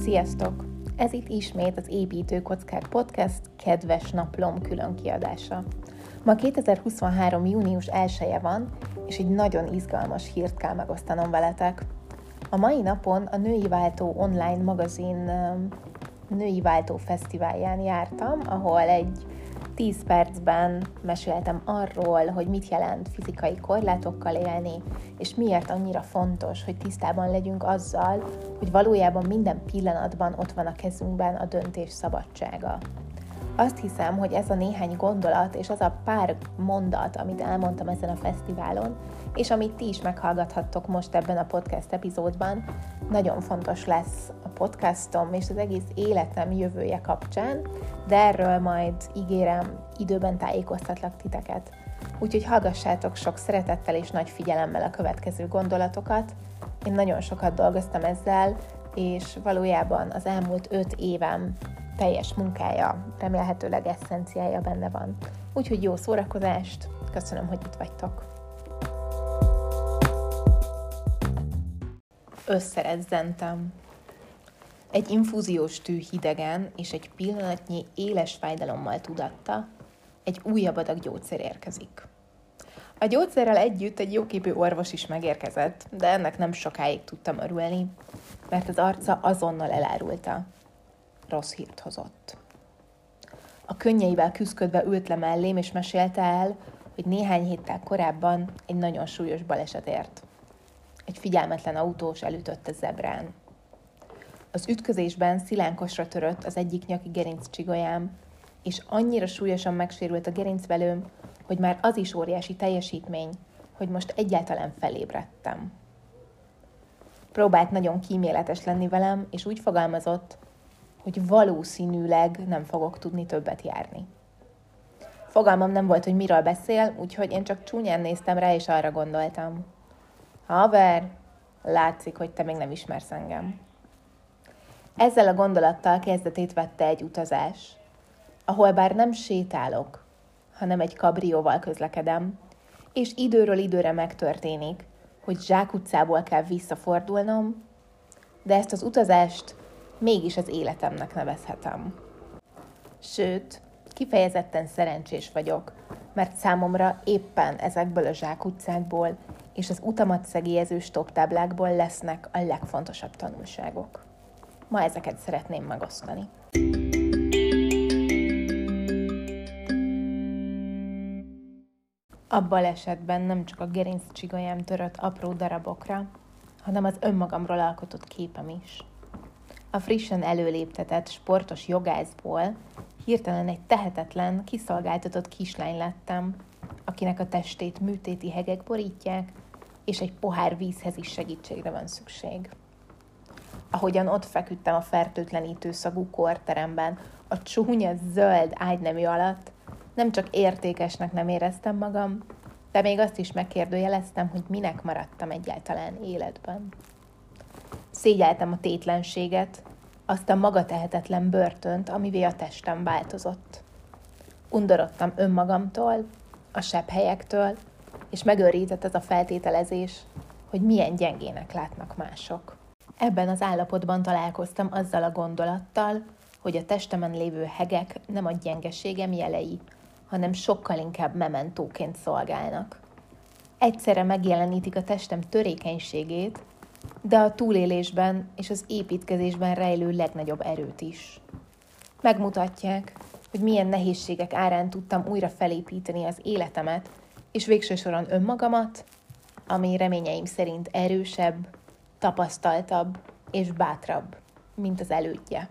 Sziasztok! Ez itt ismét az Építőkockák Podcast kedves naplom külön kiadása. Ma 2023. június 1-e van, és egy nagyon izgalmas hírt kell megosztanom veletek. A mai napon a Női Váltó online magazin Női Váltó fesztiválján jártam, ahol egy 10 percben meséltem arról, hogy mit jelent fizikai korlátokkal élni, és miért annyira fontos, hogy tisztában legyünk azzal, hogy valójában minden pillanatban ott van a kezünkben a döntés szabadsága. Azt hiszem, hogy ez a néhány gondolat és az a pár mondat, amit elmondtam ezen a fesztiválon, és amit ti is meghallgathattok most ebben a podcast epizódban, nagyon fontos lesz a podcastom és az egész életem jövője kapcsán, de erről majd ígérem, időben tájékoztatlak titeket. Úgyhogy hallgassátok sok szeretettel és nagy figyelemmel a következő gondolatokat. Én nagyon sokat dolgoztam ezzel, és valójában az elmúlt 5 évem teljes munkája, remélhetőleg eszenciája benne van. Úgyhogy jó szórakozást, köszönöm, hogy itt vagytok. Összerezzentem. Egy infúziós tű hidegen és egy pillanatnyi éles fájdalommal tudatta, egy újabb adag gyógyszer érkezik. A gyógyszerrel együtt egy jóképű orvos is megérkezett, de ennek nem sokáig tudtam örülni, mert az arca azonnal elárulta. Rossz hírt hozott. A könnyeivel küszködve ült le mellém, és mesélte el, hogy néhány héttel korábban egy nagyon súlyos baleset ért. Egy figyelmetlen autós elütött a zebrán. Az ütközésben szilánkosra törött az egyik nyaki gerinccsigolyám, és annyira súlyosan megsérült a gerincvelőm, hogy már az is óriási teljesítmény, hogy most egyáltalán felébredtem. Próbált nagyon kíméletes lenni velem, és úgy fogalmazott, hogy valószínűleg nem fogok tudni többet járni. Fogalmam nem volt, hogy miről beszél, úgyhogy én csak csúnyán néztem rá, és arra gondoltam. Haver, látszik, hogy te még nem ismersz engem. Ezzel a gondolattal kezdetét vette egy utazás, ahol bár nem sétálok, hanem egy kabrióval közlekedem, és időről időre megtörténik, hogy zsákutcából kell visszafordulnom, de ezt az utazást mégis az életemnek nevezhetem. Sőt, kifejezetten szerencsés vagyok, mert számomra éppen ezekből a zsákutcákból és az utamat szegélyező stopptáblákból lesznek a legfontosabb tanulságok. Ma ezeket szeretném megosztani. A balesetben nem csak a gerinccsigolyám törött apró darabokra, hanem az önmagamról alkotott képem is. A frissen előléptetett sportos jogászból hirtelen egy tehetetlen, kiszolgáltatott kislány lettem, akinek a testét műtéti hegek borítják, és egy pohár vízhez is segítségre van szükség. Ahogyan ott feküdtem a fertőtlenítő szagú kórteremben, a csúnya zöld ágynemű alatt, nem csak értékesnek nem éreztem magam, de még azt is megkérdőjeleztem, hogy minek maradtam egyáltalán életben. Szégyeltem a tétlenséget, azt a magatehetetlen börtönt, amivé a testem változott. Undorodtam önmagamtól, a sebhelyektől, és megőrített ez a feltételezés, hogy milyen gyengének látnak mások. Ebben az állapotban találkoztam azzal a gondolattal, hogy a testemen lévő hegek nem a gyengeségem jelei, hanem sokkal inkább mementóként szolgálnak. Egyszerre megjelenítik a testem törékenységét, de a túlélésben és az építkezésben rejlő legnagyobb erőt is. Megmutatják, hogy milyen nehézségek árán tudtam újra felépíteni az életemet, és végső soron önmagamat, ami reményeim szerint erősebb, tapasztaltabb és bátrabb, mint az elődje.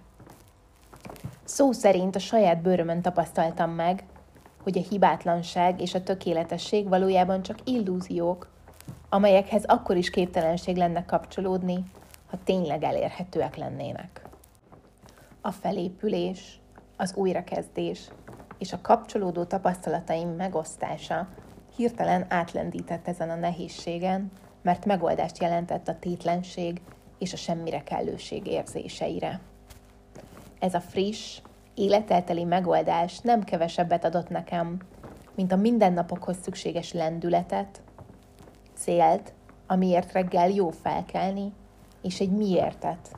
Szó szerint a saját bőrömön tapasztaltam meg, hogy a hibátlanság és a tökéletesség valójában csak illúziók, amelyekhez akkor is képtelenség lenne kapcsolódni, ha tényleg elérhetőek lennének. A felépülés, az újrakezdés és a kapcsolódó tapasztalataim megosztása hirtelen átlendített ezen a nehézségen, mert megoldást jelentett a tétlenség és a semmire kellőség érzéseire. Ez a friss, életelteli megoldás nem kevesebbet adott nekem, mint a mindennapokhoz szükséges lendületet, célt, amiért reggel jó felkelni, és egy miértet,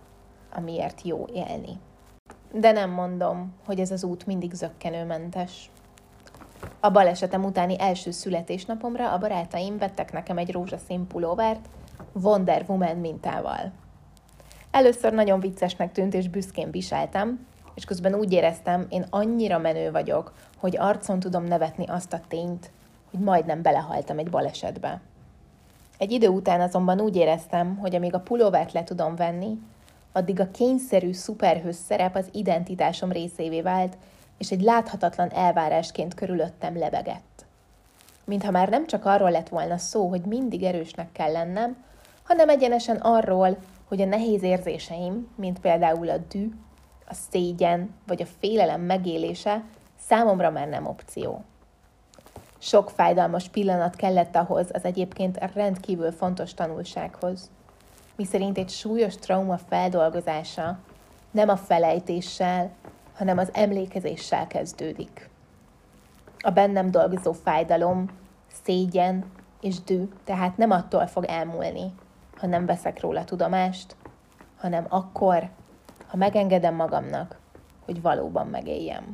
amiért jó élni. De nem mondom, hogy ez az út mindig zökkenőmentes. A balesetem utáni első születésnapomra a barátaim vettek nekem egy rózsaszín pulóvert Wonder Woman mintával. Először nagyon viccesnek tűnt és büszkén viseltem, és közben úgy éreztem, én annyira menő vagyok, hogy arcon tudom nevetni azt a tényt, hogy majdnem belehaltam egy balesetbe. Egy idő után azonban úgy éreztem, hogy amíg a pulóvert le tudom venni, addig a kényszerű szuperhős szerep az identitásom részévé vált, és egy láthatatlan elvárásként körülöttem lebegett. Mintha már nem csak arról lett volna szó, hogy mindig erősnek kell lennem, hanem egyenesen arról, hogy a nehéz érzéseim, mint például a düh, a szégyen vagy a félelem megélése számomra már nem opció. Sok fájdalmas pillanat kellett ahhoz az egyébként rendkívül fontos tanulsághoz, miszerint egy súlyos trauma feldolgozása nem a felejtéssel, hanem az emlékezéssel kezdődik. A bennem dolgozó fájdalom, szégyen és düh tehát nem attól fog elmúlni, ha nem veszek róla tudomást, hanem akkor, ha megengedem magamnak, hogy valóban megéljem.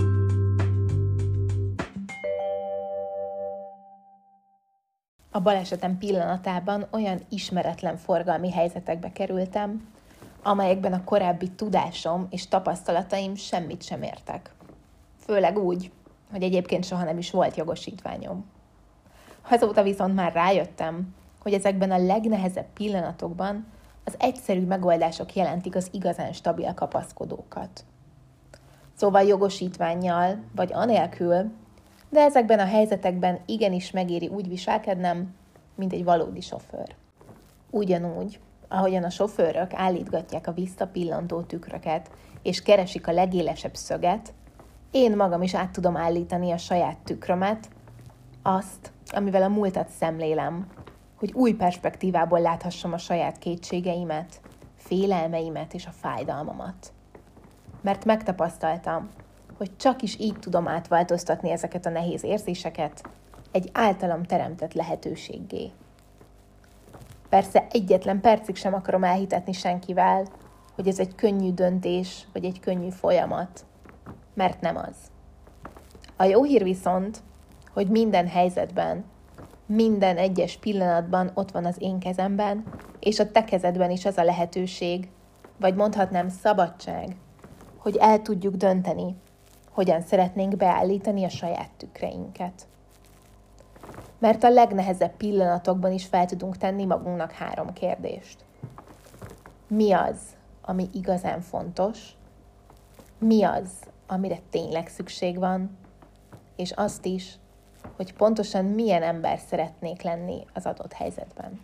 A balesetem pillanatában olyan ismeretlen forgalmi helyzetekbe kerültem, amelyekben a korábbi tudásom és tapasztalataim semmit sem értek. Főleg úgy, hogy egyébként soha nem is volt jogosítványom. Azóta viszont már rájöttem, hogy ezekben a legnehezebb pillanatokban az egyszerű megoldások jelentik az igazán stabil kapaszkodókat. Szóval jogosítvánnyal vagy anélkül, de ezekben a helyzetekben igenis megéri úgy viselkednem, mint egy valódi sofőr. Ugyanúgy, ahogyan a sofőrök állítgatják a visszapillantó tükröket, és keresik a legélesebb szöget, én magam is át tudom állítani a saját tükrömet, azt, amivel a múltat szemlélem, hogy új perspektívából láthassam a saját kétségeimet, félelmeimet és a fájdalmamat. Mert megtapasztaltam, hogy csak is így tudom átváltoztatni ezeket a nehéz érzéseket egy általam teremtett lehetőséggé. Persze egyetlen percig sem akarom elhitetni senkivel, hogy ez egy könnyű döntés, vagy egy könnyű folyamat, mert nem az. A jó hír viszont, hogy minden helyzetben, minden egyes pillanatban ott van az én kezemben, és a te kezedben is az a lehetőség, vagy mondhatnám szabadság, hogy el tudjuk dönteni, hogyan szeretnénk beállítani a saját tükreinket. Mert a legnehezebb pillanatokban is fel tudunk tenni magunknak 3 kérdést. Mi az, ami igazán fontos? Mi az, amire tényleg szükség van? És azt is, hogy pontosan milyen ember szeretnék lenni az adott helyzetben.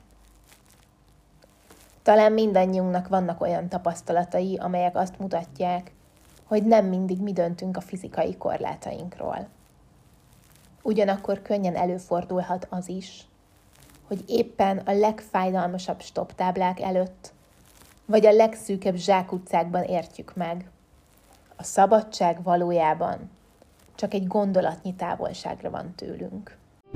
Talán mindannyiunknak vannak olyan tapasztalatai, amelyek azt mutatják, hogy nem mindig mi döntünk a fizikai korlátainkról. Ugyanakkor könnyen előfordulhat az is, hogy éppen a legfájdalmasabb stopptáblák előtt, vagy a legszűkebb zsákutcákban értjük meg. A szabadság valójában csak egy gondolatnyi távolságra van tőlünk.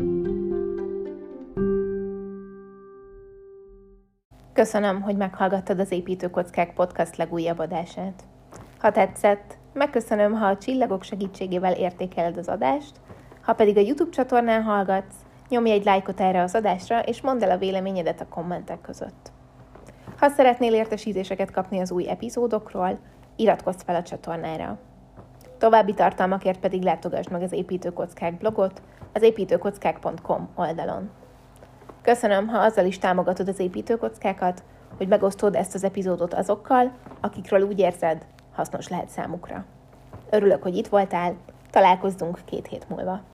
Köszönöm, hogy meghallgattad az Építőkockák Podcast legújabb adását. Ha tetszett, megköszönöm, ha a csillagok segítségével értékeled az adást, ha pedig a YouTube csatornán hallgatsz, nyomj egy lájkot erre az adásra, és mondd el a véleményedet a kommentek között. Ha szeretnél értesítéseket kapni az új epizódokról, iratkozz fel a csatornára. További tartalmakért pedig látogassd meg az Építőkockák blogot az építőkockák.com oldalon. Köszönöm, ha azzal is támogatod az Építőkockákat, hogy megosztod ezt az epizódot azokkal, akikről úgy érzed, hasznos lehet számukra. Örülök, hogy itt voltál, találkozzunk 2 hét múlva.